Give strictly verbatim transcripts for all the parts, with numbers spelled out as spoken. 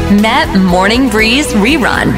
Met Morning Breeze Rerun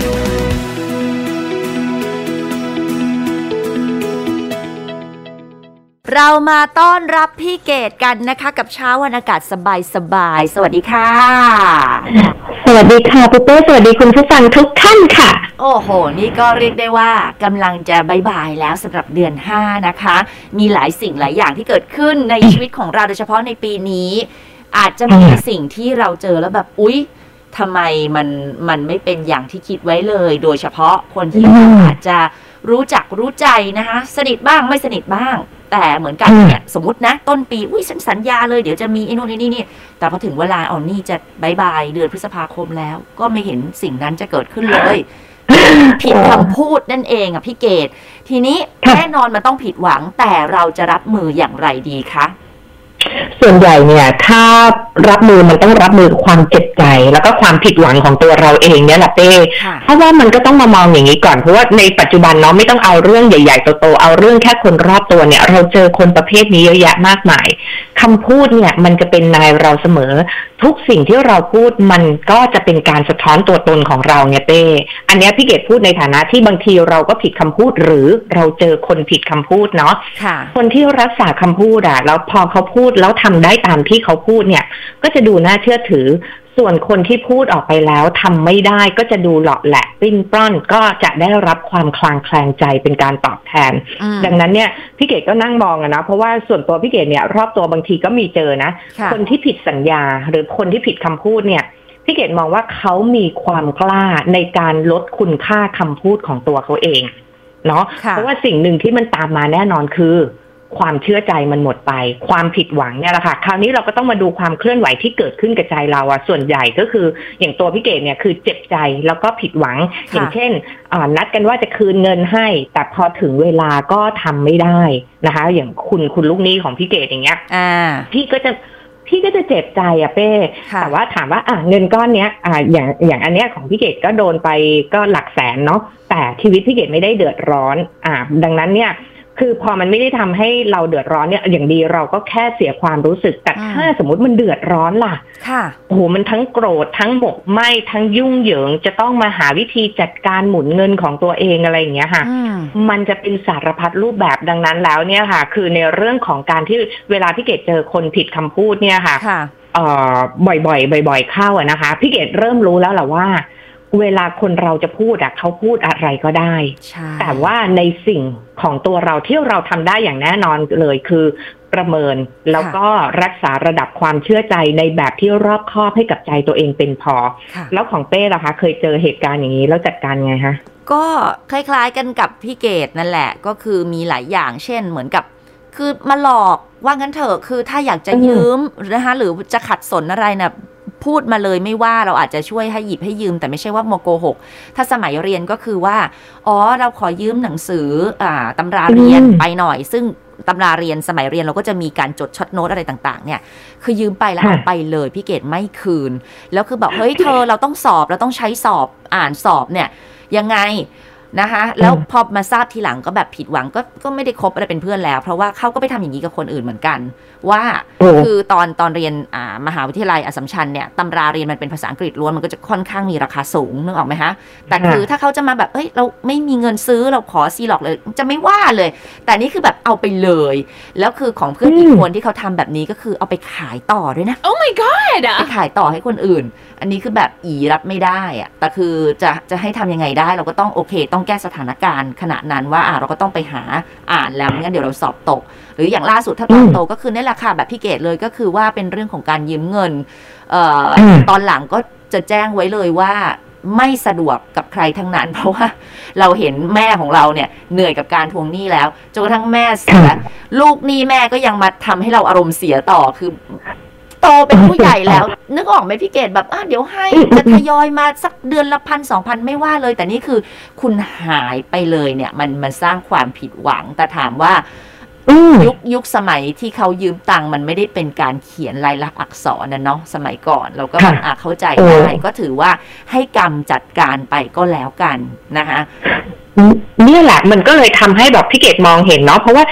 เรามาต้อนรับพี่เกดกันนะคะกับเช้าวันอากาศสบายๆสวัสดีค่ะสวัสดีค่ะปุ๊บปุ๊บสวัสดีคุณผู้ฟังทุกท่านค่ะโอ้โหนี่ก็เรียกได้ว่ากำลังจะบ่ายๆแล้วสำหรับเดือนห้านะคะมีหลายสิ่งหลายอย่างที่เกิดขึ้นในชีวิตของเราโดยเฉพาะในปีนี้อาจจะมีสิ่งที่เราเจอแล้วแบบอุ๊ยทำไมมันมันไม่เป็นอย่างที่คิดไว้เลยโดยเฉพาะคนที่อาจจะรู้จักรู้ใจนะคะสนิทบ้างไม่สนิทบ้างแต่เหมือนกันเนี่ยสมมตินะต้นปีอุ้ยฉันสัญญาเลยเดี๋ยวจะมีไอ้นู่นไอ้นี่นี่แต่พอถึงเวลาเอานี่จะบายบายเดือนพฤษภาคมแล้วก็ไม่เห็นสิ่งนั้นจะเกิดขึ้นเลยผิดคำพูดนั่นเองอ่ะพี่เกดทีนี้แน่นอนมันต้องผิดหวังแต่เราจะรับมืออย่างไรดีคะส่วนใหญ่เนี่ยถ้ารับมือมันต้องรับมือความเจ็บใจแล้วก็ความผิดหวังของตัวเราเองเนี่ยแหละเต้เพราะว่ามันก็ต้องมามองอย่างนี้ก่อนเพราะว่าในปัจจุบันเนาะไม่ต้องเอาเรื่องใหญ่ๆโตๆเอาเรื่องแค่คนรอบตัวเนี่ยเราเจอคนประเภทนี้เยอะแยะมากมายคำพูดเนี่ยมันจะเป็นนายเราเสมอทุกสิ่งที่เราพูดมันก็จะเป็นการสะท้อนตัวตนของเราเนี่ยเต้อันนี้พี่เกดพูดในฐานะที่บางทีเราก็ผิดคำพูดหรือเราเจอคนผิดคำพูดเนาะคนที่รักษาคำพูดอะแล้วพอเขาพูดแล้วทำได้ตามที่เขาพูดเนี่ยก็จะดูน่าเชื่อถือส่วนคนที่พูดออกไปแล้วทำไม่ได้ก็จะดูหล่อแหละปิ้นปล้อนก็จะได้รับความคลางแคลงใจเป็นการตอบแทนดังนั้นเนี่ยพี่เกดก็นั่งมองอะนะเพราะว่าส่วนตัวพี่เกดเนี่ยรอบตัวบางทีก็มีเจอนะคนที่ผิดสัญญาหรือคนที่ผิดคำพูดเนี่ยพี่เกดมองว่าเขามีความกล้าในการลดคุณค่าคำพูดของตัวเขาเองเนาะเพราะว่าสิ่งหนึ่งที่มันตามมาแน่นอนคือความเชื่อใจมันหมดไปความผิดหวังเนี่ยแหละค่ะคราวนี้เราก็ต้องมาดูความเคลื่อนไหวที่เกิดขึ้นกับใจเราอะส่วนใหญ่ก็คืออย่างตัวพี่เกดเนี่ยคือเจ็บใจแล้วก็ผิดหวังอย่างเช่นนัดกันว่าจะคืนเงินให้แต่พอถึงเวลาก็ทำไม่ได้นะคะอย่างคุณคุณลูกหนี้ของพี่เกดอย่างเงี้ยพี่ก็จะพี่ก็จะเจ็บใจอะเป้แต่ว่าถามว่าอ่ะเงินก้อนเนี้ยอ่าอย่างอย่างอันเนี้ยของพี่เกดก็โดนไปก็หลักแสนเนาะแต่ชีวิตพี่เกดไม่ได้เดือดร้อนอ่าดังนั้นเนี่ยคือพอมันไม่ได้ทำให้เราเดือดร้อนเนี่ยอย่างดีเราก็แค่เสียความรู้สึกแต่ถ้าสมมติมันเดือดร้อนล่ะค่ะโอ้โหมันทั้งโกรธทั้งหมกไหม้ทั้งยุ่งเหยิงจะต้องมาหาวิธีจัดการหมุนเงินของตัวเองอะไรอย่างเงี้ยค่ะมันจะเป็นสารพัดรูปแบบดังนั้นแล้วเนี่ยค่ะคือในเรื่องของการที่เวลาพี่เกดเจอคนผิดคำพูดเนี่ยค่ะเอ่อบ่อยๆบ่อยๆเข้าอะนะคะพี่เกดเริ่มรู้แล้วแหละว่าเวลาคนเราจะพูดอะเขาพูดอะไรก็ได้แต่ว่าในสิ่งของตัวเราที่เราทำได้อย่างแน่นอนเลยคือประเมินแล้วก็รักษาระดับความเชื่อใจในแบบที่รอบคอบให้กับใจตัวเองเป็นพอแล้วของเป้ล่ะคะเคยเจอเหตุการณ์อย่างนี้แล้วจัดการไงคะก็คล้ายๆกันกับพี่เกดนั่นแหละก็คือมีหลายอย่างเช่นเหมือนกับคือมาหลอกว่างั้นเถอะคือถ้าอยากจะยืมนะคะหรือจะขัดสนอะไรนะพูดมาเลยไม่ว่าเราอาจจะช่วยให้หยิบให้ยืมแต่ไม่ใช่ว่าโมโกหกถ้าสมัยเรียนก็คือว่าอ๋อเราขอยืมหนังสืออ่าตำราเรียนไปหน่อยซึ่งตำราเรียนสมัยเรียนเราก็จะมีการจดช็อตโน้ตอะไรต่างๆเนี่ยคือยืมไปแล้วเอาไปเลยพี่เกดไม่คืนแล้วคือบอกเฮ้ยเธอเราต้องสอบเราต้องใช้สอบอ่านสอบเนี่ยยังไงนะคะแล้วพอมาทราบทีหลังก็แบบผิดหวังก็ก็ไม่ได้คบอะไรเป็นเพื่อนแล้วเพราะว่าเขาก็ไปทำอย่างนี้กับคนอื่นเหมือนกันว่าคือตอนตอนเรียนอ่ามหาวิทยาลัยอัสสัมชัญเนี่ยตำราเรียนมันเป็นภาษาอังกฤษล้วนมันก็จะค่อนข้างมีราคาสูงนึกออกไหมคะแต่คือถ้าเขาจะมาแบบเอ้ยเราไม่มีเงินซื้อเราขอซีล็อกเลยจะไม่ว่าเลยแต่นี่คือแบบเอาไปเลยแล้วคือของเพื่อนอีกคนที่เขาทำแบบนี้ก็คือเอาไปขายต่อด้วยนะ Oh my god ไปขายต่อให้คนอื่นอันนี้คือแบบอีรับไม่ได้อะแต่คือจะจะให้ทำยังไงได้เราก็ต้องโอเคต้องแก้สถานการณ์ขณะนั้นว่าอ่าเราก็ต้องไปหาอ่านแล้วงั้นเดี๋ยวเราสอบตกหรืออย่างล่าสุดถ้าตอนโตก็คือนี่แหละค่ะแบบพี่เกดเลยก็คือว่าเป็นเรื่องของการยืมเงินเอ่อตอนหลังก็จะแจ้งไว้เลยว่าไม่สะดวกกับใครทั้งนั้นเพราะว่าเราเห็นแม่ของเราเนี่ยเหนื่อยกับการทวงหนี้แล้วจนกระทั่งแม่เสียลูกหนี้แม่ก็ยังมาทำให้เราอารมณ์เสียต่อคือโตเป็นผู้ใหญ่แล้วนึกออกไหมพี่เกดแบบอ่ะเดี๋ยวให้จะทยอยมาสักเดือนละพันสองพันไม่ว่าเลยแต่นี่คือคุณหายไปเลยเนี่ยมันมันสร้างความผิดหวังแต่ถามว่ายุคยุคสมัยที่เขายืมตังค์มันไม่ได้เป็นการเขียนลายลักษณ์อักษรนะเนาะสมัยก่อนเราก็แบบอ่ะเข้าใจได้ก็ถือว่าให้กรรมจัดการไปก็แล้วกันนะคะนี่แหละมันก็เลยทำให้แบบพี่เกดมองเห็นเนาะเพราะว่า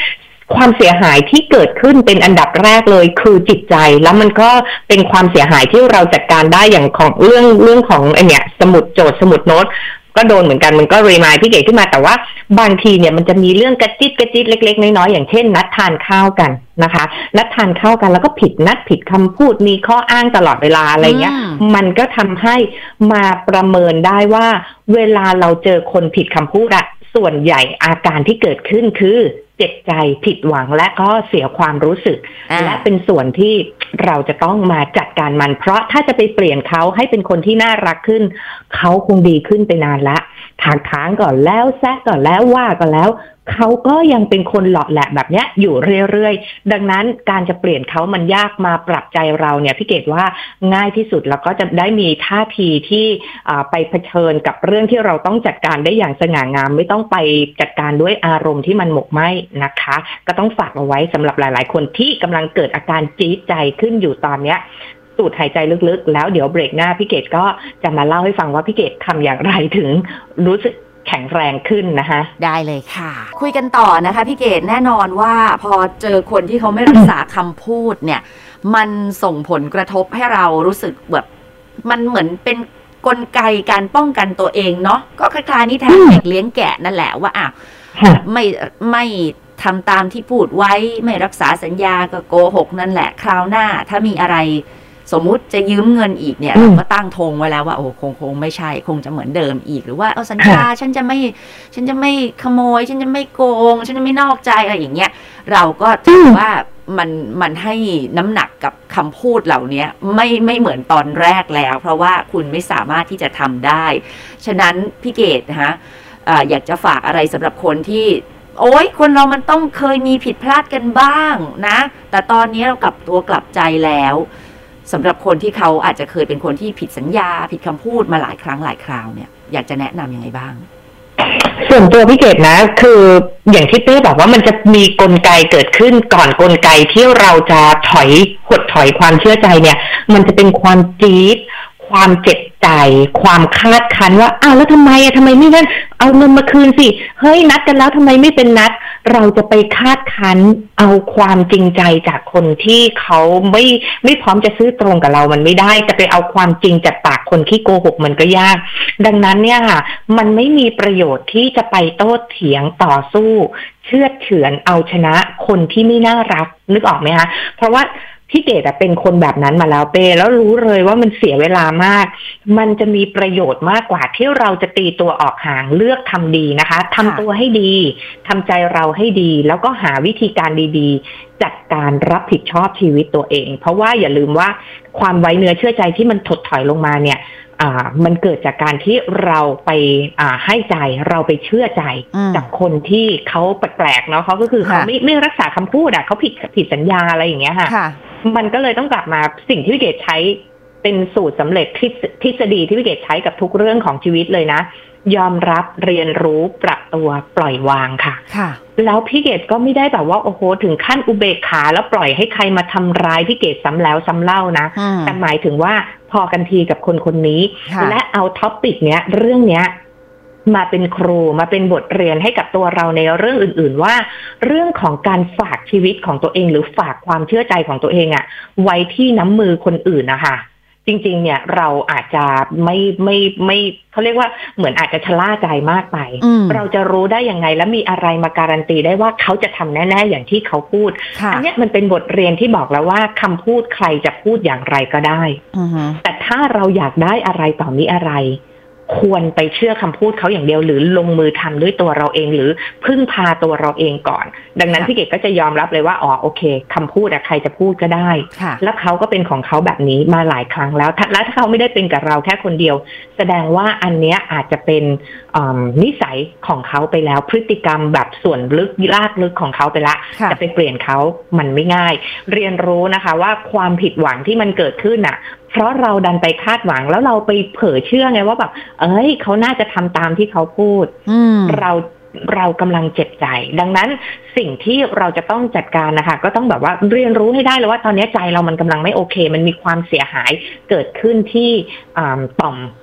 ความเสียหายที่เกิดขึ้นเป็นอันดับแรกเลยคือจิตใจแล้วมันก็เป็นความเสียหายที่เราจัดการได้อย่างของเรื่องเรื่องของไอเนี่ยสมุดโจทย์สมุดโน้ตก็โดนเหมือนกันมันก็รีมายพี่เก๋ขึ้นมาแต่ว่าบางทีเนี่ยมันจะมีเรื่องกระจิตกระจิตเล็กๆน้อยๆอย่างเช่นนัดทานข้าวกันนะคะนัดทานข้าวกันแล้วก็ผิดนัดผิดคำพูดมีข้ออ้างตลอดเวลาอะไรเงี้ยมันก็ทำให้มาประเมินได้ว่าเวลาเราเจอคนผิดคำพูดอะส่วนใหญ่อาการที่เกิดขึ้นคือเจ็บใจผิดหวังและก็เสียความรู้สึกและเป็นส่วนที่เราจะต้องมาจัดการมันเพราะถ้าจะไปเปลี่ยนเขาให้เป็นคนที่น่ารักขึ้นเขาคงดีขึ้นไปนานละถางทางก่อนแล้วแซะก่อนแล้วว่าก่อนแล้วเขาก็ยังเป็นคนหลอกแหละแบบเนี้ยอยู่เรื่อยๆดังนั้นการจะเปลี่ยนเขามันยากมาปรับใจเราเนี่ยพี่เกดว่าง่ายที่สุดแล้วก็จะได้มีท่าทีที่ไปเผชิญกับเรื่องที่เราต้องจัดการได้อย่างสง่างามไม่ต้องไปจัดการด้วยอารมณ์ที่มันหมกไหม้นะคะก็ต้องฝากเอาไว้สำหรับหลายๆคนที่กำลังเกิดอาการจี๊ดใจขึ้นอยู่ตอนเนี้ยสูดหายใจลึกๆแล้วเดี๋ยวเบรกหน้าพี่เกดก็จะมาเล่าให้ฟังว่าพี่เกดทำอย่างไรถึงรู้สึกแข็งแรงขึ้นนะคะได้เลยค่ะคุยกันต่อนะคะพี่เกดแน่นอนว่าพอเจอคนที่เขาไม่รักษาคำพูดเนี่ยมันส่งผลกระทบให้เรารู้สึกแบบมันเหมือนเป็นกลไกการป้องกันตัวเองเนาะก็คล้ายๆนี่แทนเด็กเลี้ยงแกะนั่นแหละว่าอ่ะไม่ไม่ทำตามที่พูดไว้ไม่รักษาสัญญาก็โกหกนั่นแหละคราวหน้าถ้ามีอะไรสมมุติจะยืมเงินอีกเนี่ยเราก็ตั้งธงไว้แล้วว่าโอ้คงคงไม่ใช่คงจะเหมือนเดิมอีกหรือว่าเอาสัญญาฉันจะไม่ฉันจะไม่ขโมยฉันจะไม่โกงฉันจะไม่นอกใจอะไรอย่างเงี้ยเราก็ถือว่ามันมันให้น้ำหนักกับคำพูดเหล่านี้ไม่ไม่เหมือนตอนแรกแล้วเพราะว่าคุณไม่สามารถที่จะทำได้ฉะนั้นพี่เกดนะคะอยากจะฝากอะไรสำหรับคนที่โอ๊ยคนเรามันต้องเคยมีผิดพลาดกันบ้างนะแต่ตอนนี้เรากลับตัวกลับใจแล้วสำหรับคนที่เขาอาจจะเคยเป็นคนที่ผิดสัญญาผิดคำพูดมาหลายครั้งหลายคราวเนี่ยอยากจะแนะนำยังไงบ้างส่วนตัวพี่เกดนะคืออย่างที่เป้บอกว่ามันจะมีกลไกเกิดขึ้นก่อนกลไกที่เราจะถอยหดถอยความเชื่อใจเนี่ยมันจะเป็นความจี๊ดความเจ็บใจความคาดคั้นว่าอ้าวแล้วทำไมอะทำไมไม่นั่นเอาเงินมาคืนสิเฮ้ยนัดกันแล้วทำไมไม่เป็นนัดเราจะไปคาดคั้นเอาความจริงใจจากคนที่เขาไม่ไม่พร้อมจะซื้อตรงกับเรามันไม่ได้จะไปเอาความจริงจากปากคนที่โกหกมันก็ยากดังนั้นเนี่ยค่ะมันไม่มีประโยชน์ที่จะไปโต้เถียงต่อสู้เชือดเฉือนเอาชนะคนที่ไม่น่ารักนึกออกไหมคะเพราะว่าพี่เกดเป็นคนแบบนั้นมาแล้วเป้แล้วรู้เลยว่ามันเสียเวลามากมันจะมีประโยชน์มากกว่าที่เราจะตีตัวออกห่างเลือกทำดีนะคะทำตัวให้ดีทำใจเราให้ดีแล้วก็หาวิธีการดีๆจัดการรับผิดชอบชีวิตตัวเองเพราะว่าอย่าลืมว่าความไว้เนื้อเชื่อใจที่มันถดถอยลงมาเนี่ยอ่ามันเกิดจากการที่เราไปอ่าให้ใจเราไปเชื่อใจจากคนที่เขาแปลกๆเนาะเขาก็คือเขาไม่ไม่รักษาคำพูดอ่ะเขาผิดผิดสัญญาอะไรอย่างเงี้ยค่ะมันก็เลยต้องกลับมาสิ่งที่พี่เกดใช้เป็นสูตรสำเร็จทฤษฎีที่พี่เกดใช้กับทุกเรื่องของชีวิตเลยนะยอมรับเรียนรู้ปรับตัวปล่อยวางค่ะค่ะแล้วพี่เกดก็ไม่ได้แบบว่าโอ้โหถึงขั้นอุเบกขาแล้วปล่อยให้ใครมาทำร้ายพี่เกดซ้ำแล้วซ้ำเล่านะแต่หมายถึงว่าพอกันทีกับคนคนนี้และเอาท็อปปิกเนี้ยเรื่องเนี้ยมาเป็นครูมาเป็นบทเรียนให้กับตัวเราในเรื่องอื่นๆว่าเรื่องของการฝากชีวิตของตัวเองหรือฝากความเชื่อใจของตัวเองอะไว้ที่น้ำมือคนอื่นนะคะจริงๆเนี่ยเราอาจจะไม่ไม่ไม่เขาเรียกว่าเหมือนอาจจะชะล่าใจมากไปเราจะรู้ได้ยังไงและมีอะไรมาการันตีได้ว่าเขาจะทำแน่ๆอย่างที่เขาพูดอันนี้มันเป็นบทเรียนที่บอกแล้วว่าคำพูดใครจะพูดอย่างไรก็ได้แต่ถ้าเราอยากได้อะไรต่อมีอะไรควรไปเชื่อคำพูดเขาอย่างเดียวหรือลงมือทำด้วยตัวเราเองหรือพึ่งพาตัวเราเองก่อนดังนั้นพี่เกดก็จะยอมรับเลยว่าอ๋อโอเคคำพูดอะใครจะพูดก็ได้แล้วเขาก็เป็นของเขาแบบนี้มาหลายครั้งแล้วแล้วถ้าเขาไม่ได้เป็นกับเราแค่คนเดียวแสดงว่าอันเนี้ยอาจจะเป็นนิสัยของเขาไปแล้วพฤติกรรมแบบส่วนลึกลากลึกของเขาไปละจะไปเปลี่ยนเขามันไม่ง่ายเรียนรู้นะคะว่าความผิดหวังที่มันเกิดขึ้นอะเพราะเราดันไปคาดหวังแล้วเราไปเผลอเชื่อไงว่าแบบเอ้ยเขาน่าจะทำตามที่เขาพูดเราเรากำลังเจ็บใจดังนั้นสิ่งที่เราจะต้องจัดการนะคะก็ต้องแบบว่าเรียนรู้ให้ได้เลยว่าตอนนี้ใจเรามันกำลังไม่โอเคมันมีความเสียหายเกิดขึ้นที่ต่อม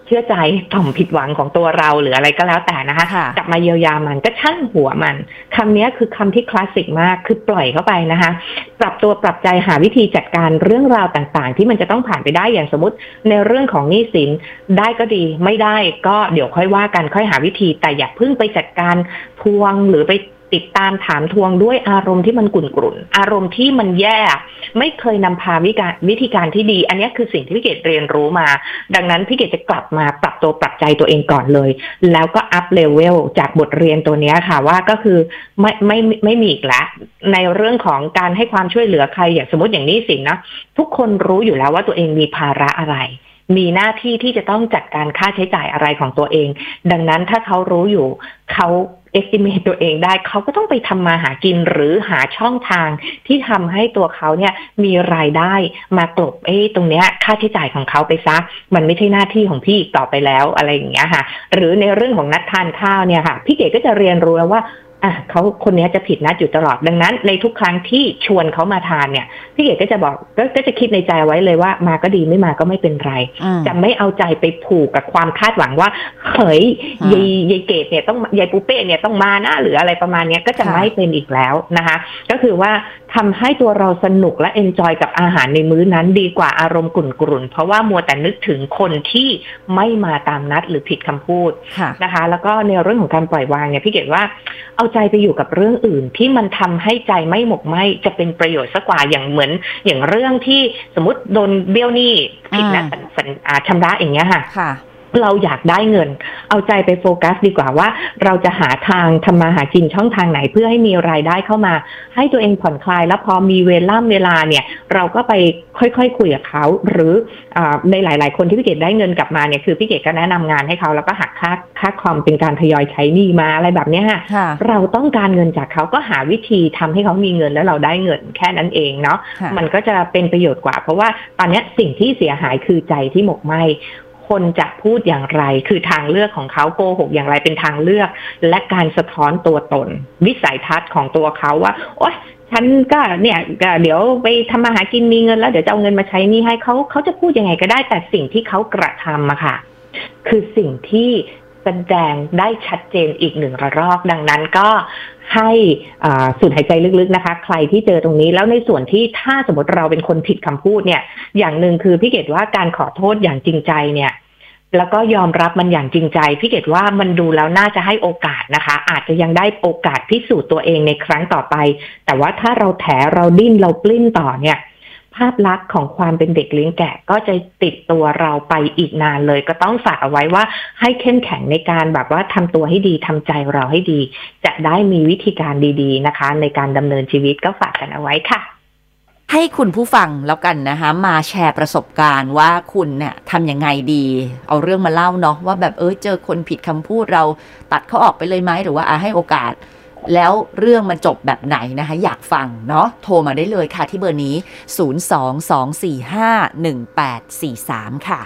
เชื่อใจต่อมผิดหวังของตัวเราหรืออะไรก็แล้วแต่นะคะกลับมาเยียวยามันก็ช่างหัวมันคำนี้คือคำที่คลาสสิกมากคือปล่อยเข้าไปนะคะปรับตัวปรับใจหาวิธีจัดการเรื่องราวต่างๆที่มันจะต้องผ่านไปได้อย่างสมมติในเรื่องของหนี้สินได้ก็ดีไม่ได้ก็เดี๋ยวค่อยว่ากันค่อยหาวิธีแต่อย่าเพิ่งไปจัดการทวงหรือไปติดตามถามทวงด้วยอารมณ์ที่มันกุ่นกรุ่นอารมณ์ที่มันแย่ไม่เคยนำพาวิธีการวิธีการที่ดีอันนี้คือสิ่งที่พี่เกดเรียนรู้มาดังนั้นพี่เกดจะกลับมาปรับตัวปรับใจตัวเองก่อนเลยแล้วก็อัพเลเวลจากบทเรียนตัวนี้ค่ะว่าก็คือไม่ไม่ไม่มีอีกแล้วในเรื่องของการให้ความช่วยเหลือใครอย่างสมมติอย่างนี้สินะทุกคนรู้อยู่แล้วว่าตัวเองมีภาระอะไรมีหน้าที่ที่จะต้องจัดการค่าใช้จ่ายอะไรของตัวเองดังนั้นถ้าเขารู้อยู่เขาestimate ตัวเองได้เขาก็ต้องไปทำมาหากินหรือหาช่องทางที่ทำให้ตัวเขาเนี่ยมีรายได้มากลบเอ้ตรงเนี้ยค่าใช้จ่ายของเขาไปซะมันไม่ใช่หน้าที่ของพี่อีกต่อไปแล้วอะไรอย่างเงี้ยค่ะหรือในเรื่องของนัดทานข้าวเนี่ยค่ะพี่เก๋ก็จะเรียนรู้แล้วว่าอ่ะเขาคนนี้จะผิดนัดอยู่ตลอดดังนั้นในทุกครั้งที่ชวนเขามาทานเนี่ยพี่เก๋ก็จะบอกก็จะคิดในใจไว้เลยว่ามาก็ดีไม่มาก็ไม่เป็นไรจะไม่เอาใจไปผูกกับความคาดหวังว่าเฮ้ยยายยายเกดเนี่ยต้องยายปูเป้เนี่ยต้องมานะหรืออะไรประมาณนี้ก็จะไม่เป็นอีกแล้วนะคะก็คือว่าทำให้ตัวเราสนุกและเอนจอยกับอาหารในมื้อนั้นดีกว่าอารมณ์กุ่นกรุ่นเพราะว่ามัวแต่นึกถึงคนที่ไม่มาตามนัดหรือผิดคำพูดนะคะแล้วก็ในเรื่องของการปล่อยวางเนี่ยพี่เกดว่าเอาใจไปอยู่กับเรื่องอื่นที่มันทำให้ใจไม่หมกไหมจะเป็นประโยชน์สักกว่าอย่างเหมือนอย่างเรื่องที่สมมติโดนเบี้ยวหนี้ผิดนัดชำระอย่างเงี้ยค่ะเราอยากได้เงินเอาใจไปโฟกัสดีกว่าว่าเราจะหาทางทำมาหากินช่องทางไหนเพื่อให้มีรายได้เข้ามาให้ตัวเองผ่อนคลายแล้วพอมีเวลาเวลาเนี่ยเราก็ไปค่อยๆคุยกับเขาหรือในหลายๆคนที่พี่เกดได้เงินกลับมาเนี่ยคือพี่เกดก็แนะนำงานให้เขาแล้วก็หักค่าค่าคอมเป็นการทยอยใช้หนี้มาอะไรแบบนี้ค่ะเราต้องการเงินจากเขาก็หาวิธีทำให้เขามีเงินแล้วเราได้เงินแค่นั้นเองเนาะมันก็จะเป็นประโยชน์กว่าเพราะว่าตอนนี้สิ่งที่เสียหายคือใจที่หมกไหมคนจะพูดอย่างไรคือทางเลือกของเขาโกหกอย่างไรเป็นทางเลือกและการสะท้อนตัวตนวิสัยทัศน์ของตัวเขาว่าโอ๊ยฉันก็เนี่ยเดี๋ยวไปทำมาหากินมีเงินแล้วเดี๋ยวจะเอาเงินมาใช้นี่ให้เขาเขาจะพูดยังไงก็ได้แต่สิ่งที่เขากระทำอะค่ะคือสิ่งที่แสดงได้ชัดเจนอีกหนึ่งระลอกดังนั้นก็ให้สูดหายใจลึกๆนะคะใครที่เจอตรงนี้แล้วในส่วนที่ถ้าสมมติเราเป็นคนผิดคำพูดเนี่ยอย่างหนึ่งคือพี่เกดว่าการขอโทษอย่างจริงใจเนี่ยแล้วก็ยอมรับมันอย่างจริงใจพี่เกดว่ามันดูแล้วน่าจะให้โอกาสนะคะอาจจะยังได้โอกาสพิสูจน์ตัวเองในครั้งต่อไปแต่ว่าถ้าเราแถเราดิ้นเราปลิ้นต่อเนี่ยภาพลักษณ์ของความเป็นเด็กเลี้ยงแกะก็จะติดตัวเราไปอีกนานเลยก็ต้องฝากเอาไว้ว่าให้เข้มแข็งในการแบบว่าทำตัวให้ดีทำใจเราให้ดีจะได้มีวิธีการดีๆนะคะในการดำเนินชีวิตก็ฝากกันเอาไว้ค่ะให้คุณผู้ฟังแล้วกันนะคะมาแชร์ประสบการณ์ว่าคุณเนี่ยทำยังไงดีเอาเรื่องมาเล่าเนาะว่าแบบเออเจอคนผิดคำพูดเราตัดเขาออกไปเลยไหมหรือว่าให้โอกาสแล้วเรื่องมันจบแบบไหนนะคะอยากฟังเนาะโทรมาได้เลยค่ะที่เบอร์นี้ศูนย์ สอง สอง สี่ ห้า หนึ่ง แปด สี่ สามค่ะ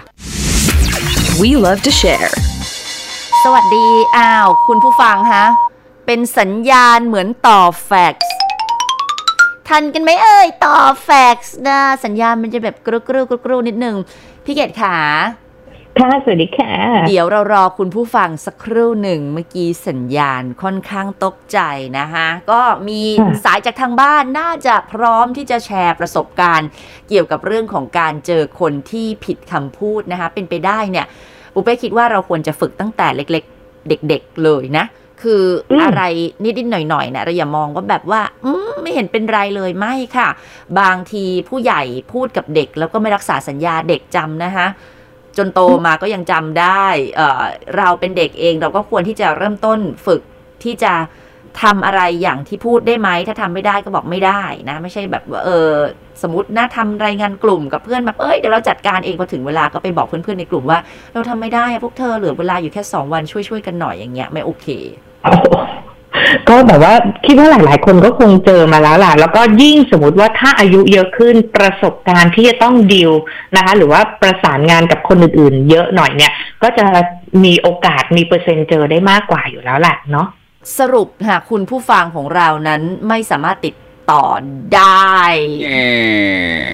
We love to share สวัสดีอ้าวคุณผู้ฟังฮะเป็นสัญญาณเหมือนต่อแฟกซ์ทันกันไหมเอ่ยต่อแฟกซ์นะสัญญาณมันจะแบบกรุกรุกรุกนิดนึงพี่เกดขาค่ะสวัสดีค่ะเดี๋ยวเรารอคุณผู้ฟังสักครู่หนึ่งเมื่อกี้สัญญาณค่อนข้างตกใจนะคะก็มีสายจากทางบ้านน่าจะพร้อมที่จะแชร์ประสบการณ์เกี่ยวกับเรื่องของการเจอคนที่ผิดคำพูดนะคะเป็นไปได้เนี่ยปุ๊เป้คิดว่าเราควรจะฝึกตั้งแต่เล็กๆเด็กๆเลยนะคืออะไรนิดๆหน่อยๆนะเราอย่ามองว่าแบบว่าอืมไม่เห็นเป็นไรเลยไม่ค่ะบางทีผู้ใหญ่พูดกับเด็กแล้วก็ไม่รักษาสัญญาเด็กจำนะคะจนโตมาก็ยังจำได้เอ่อเราเป็นเด็กเองเราก็ควรที่จะเริ่มต้นฝึกที่จะทำอะไรอย่างที่พูดได้ไหมถ้าทำไม่ได้ก็บอกไม่ได้นะไม่ใช่แบบเออสมมตินะทำรายงานกลุ่มกับเพื่อนแบบเอ้ยเดี๋ยวเราจัดการเองพอถึงเวลาก็ไปบอกเพื่อนๆในกลุ่มว่าเราทำไม่ได้พวกเธอเหลือเวลาอยู่แค่สองวันช่วยๆกันหน่อยอย่างเงี้ยไม่โอเคก็แบบว่าคิดว่าหลายๆคนก็คงเจอมาแล้วล่ะแล้วก็ยิ่งสมมติว่าถ้าอายุเยอะขึ้นประสบการณ์ที่จะต้องดีลนะคะหรือว่าประสานงานกับคนอื่นๆเยอะหน่อยเนี่ยก็จะมีโอกาสมีเปอร์เซ็นต์เจอได้มากกว่าอยู่แล้วแหละเนาะสรุปค่ะคุณผู้ฟังของเรานั้นไม่สามารถติดต่อได้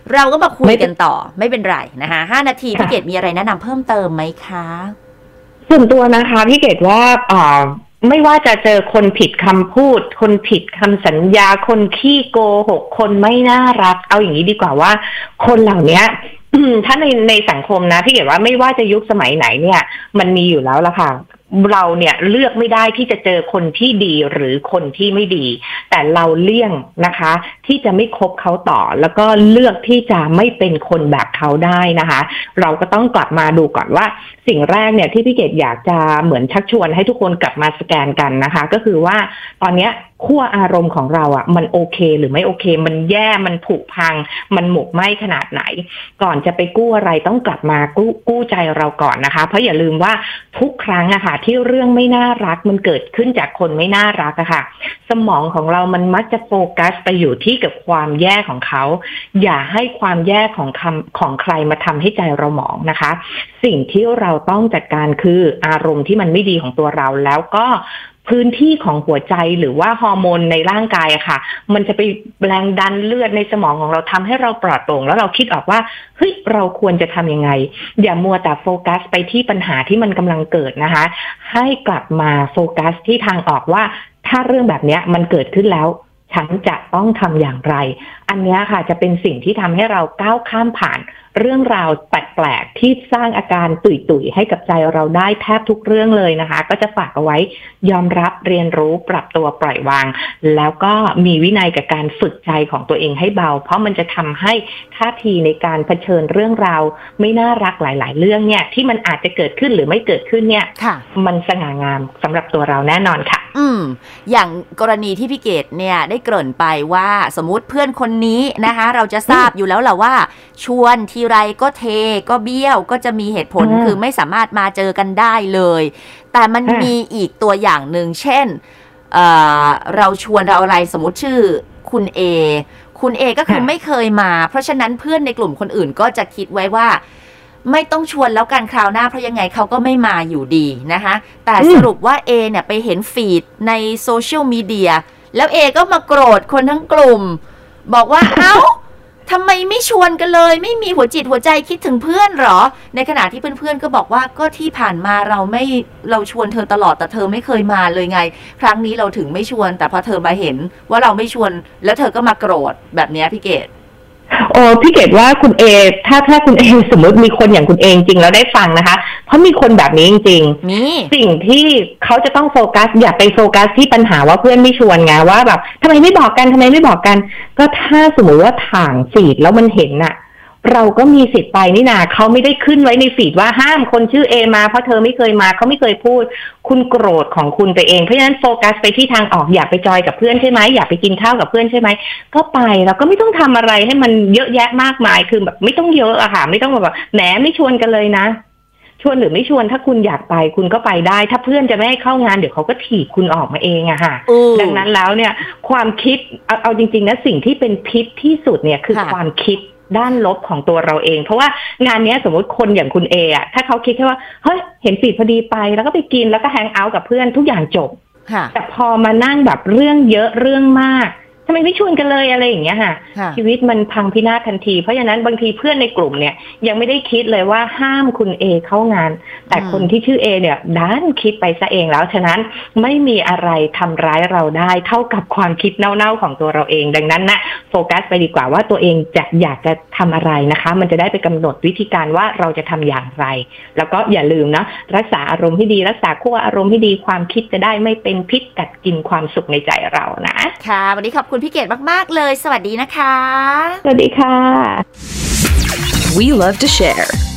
เราก็มาคุยกันต่อไม่เป็นไรนะคะห้านาทีพี่เกดมีอะไรแนะนำเพิ่มเติมไหมคะส่วนตัวนะคะพี่เกดว่าอ่าไม่ว่าจะเจอคนผิดคำพูดคนผิดคำสัญญาคนขี้โกหกคนไม่น่ารักเอาอย่างนี้ดีกว่าว่าคนเหล่านี้ถ้าในในสังคมนะพี่เกดว่าไม่ว่าจะยุคสมัยไหนเนี่ยมันมีอยู่แล้วละค่ะเราเนี่ยเลือกไม่ได้ที่จะเจอคนที่ดีหรือคนที่ไม่ดีแต่เราเลี่ยงนะคะที่จะไม่คบเขาต่อแล้วก็เลือกที่จะไม่เป็นคนแบบเขาได้นะคะเราก็ต้องกลับมาดูก่อนว่าสิ่งแรกเนี่ยที่พี่เกดอยากจะเหมือนชักชวนให้ทุกคนกลับมาสแกนกันนะคะก็คือว่าตอนนี้ขั้วอารมณ์ของเราอ่ะมันโอเคหรือไม่โอเคมันแย่มันผุพังมันหมกไหม้ขนาดไหนก่อนจะไปกู้อะไรต้องกลับมากู้กู้ใจเราก่อนนะคะเพราะอย่าลืมว่าทุกครั้งอะค่ะที่เรื่องไม่น่ารักมันเกิดขึ้นจากคนไม่น่ารักอะค่ะสมองของเรามันมักจะโฟกัสไปอยู่ที่กับความแย่ของเขาอย่าให้ความแย่ของคำของใครมาทำให้ใจเราหมองนะคะสิ่งที่เราต้องจัดการคืออารมณ์ที่มันไม่ดีของตัวเราแล้วก็พื้นที่ของหัวใจหรือว่าฮอร์โมนในร่างกายอะค่ะมันจะไปแรงดันเลือดในสมองของเราทำให้เราปลอดโปร่งแล้วเราคิดออกว่าเฮ้ยเราควรจะทำยังไงอย่ามัวแต่โฟกัสไปที่ปัญหาที่มันกำลังเกิดนะคะให้กลับมาโฟกัสที่ทางออกว่าถ้าเรื่องแบบนี้มันเกิดขึ้นแล้วฉันจะต้องทำอย่างไรอันนี้ค่ะจะเป็นสิ่งที่ทำให้เราก้าวข้ามผ่านเรื่องราวแปลกๆที่สร้างอาการตุ่ยๆให้กับใจเราได้แทบทุกเรื่องเลยนะคะก็จะฝากเอาไว้ยอมรับเรียนรู้ปรับตัวปล่อยวางแล้วก็มีวินัยกับการฝึกใจของตัวเองให้เบาเพราะมันจะทำให้ท่าทีในการเผชิญเรื่องราวไม่น่ารักหลายๆเรื่องเนี่ยที่มันอาจจะเกิดขึ้นหรือไม่เกิดขึ้นเนี่ยมันสง่างามสำหรับตัวเราแน่นอนค่ะอืมอย่างกรณีที่พี่เกดเนี่ยได้เกริ่นไปว่าสมมุติเพื่อนคนนี้นะคะเราจะทราบอยู่แล้วแหละว่าชวนทีไรก็เทก็เบี้ยวก็จะมีเหตุผลคือไม่สามารถมาเจอกันได้เลยแต่มันมีอีกตัวอย่างหนึ่งเช่น เอ่อ เราชวนเราอะไรสมมติชื่อคุณเอคุณเอก็คือไม่เคยมาเพราะฉะนั้นเพื่อนในกลุ่มคนอื่นก็จะคิดไว้ว่าไม่ต้องชวนแล้วกันคราวหน้าเพราะยังไงเขาก็ไม่มาอยู่ดีนะคะแต่สรุปว่าเอเนี่ยไปเห็นฟีดในโซเชียลมีเดียแล้วเอก็มาโกรธคนทั้งกลุ่มบอกว่าเอ้าทำไมไม่ชวนกันเลยไม่มีหัวจิตหัวใจคิดถึงเพื่อนหรอในขณะที่เพื่อนๆก็บอกว่าก็ที่ผ่านมาเราไม่เราชวนเธอตลอดแต่เธอไม่เคยมาเลยไงครั้งนี้เราถึงไม่ชวนแต่พอเธอมาเห็นว่าเราไม่ชวนแล้วเธอก็มาโกรธแบบนี้พี่เกดโอ้พี่เกดว่าคุณเอถ้าถ้าคุณเอสมมติมีคนอย่างคุณเอจริงแล้วได้ฟังนะคะเพราะมีคนแบบนี้จริงๆมีสิ่งที่เขาจะต้องโฟกัสอย่าไปโฟกัสที่ปัญหาว่าเพื่อนไม่ชวนไงว่าแบบทำไมไม่บอกกันทำไมไม่บอกกันก็ถ้าสมมติว่าถ่างฟีดแล้วมันเห็นน่ะเราก็มีสิทธิ์ไปนี่นาเขาไม่ได้ขึ้นไว้ในฟีดว่าห้ามคนชื่อเอมาเพราะเธอไม่เคยมาเขาไม่เคยพูดคุณโกรธของคุณไปเองเพราะฉะนั้นโฟกัสไปที่ทางออกอยากไปจอยกับเพื่อนใช่ไหมอยากไปกินข้าวกับเพื่อนใช่ไหมก็ไปแล้วก็ไม่ต้องทำอะไรให้มันเยอะแยะมากมายคือแบบไม่ต้องเยอะอะค่ะไม่ต้องแบบแหมไม่ชวนกันเลยนะชวนหรือไม่ชวนถ้าคุณอยากไปคุณก็ไปได้ถ้าเพื่อนจะไม่ให้เข้างานเดี๋ยวเขาก็ถีบคุณออกมาเองอะค่ะดังนั้นแล้วเนี่ยความคิดเอาเอาจริงๆนะสิ่งที่เป็นพิษที่สุดเนี่ยคือความคิดด้านลบของตัวเราเองเพราะว่างานนี้สมมติคนอย่างคุณเออะถ้าเขาคิดแค่ว่าเฮ้ยเห็นฟีดพอดีไปแล้วก็ไปกินแล้วก็แฮงเอาท์กับเพื่อนทุกอย่างจบแต่พอมานั่งแบบเรื่องเยอะเรื่องมากทำไมไม่ชวนกันเลยอะไรอย่างเงี้ยค่ะชีวิตมันพังพินาศทันทีเพราะฉะนั้นบางทีเพื่อนในกลุ่มเนี่ยยังไม่ได้คิดเลยว่าห้ามคุณเอเข้างานแต่คนที่ชื่อเอเนี่ยด้านคิดไปซะเองแล้วฉะนั้นไม่มีอะไรทำร้ายเราได้เท่ากับความคิดเน่าๆของตัวเราเองดังนั้นนะโฟกัสไปดีกว่าว่าตัวเองจะอยากจะทำอะไรนะคะมันจะได้ไปกำหนดวิธีการว่าเราจะทำอย่างไรแล้วก็อย่าลืมนะรักษาอารมณ์ให้ดีรักษาขั้วอารมณ์ให้ดีความคิดจะได้ไม่เป็นพิษกัดกินความสุขในใจเรานะค่ะวันนี้ขอบคุณพี่เกดมากๆเลยสวัสดีนะคะสวัสดีค่ะ We love to share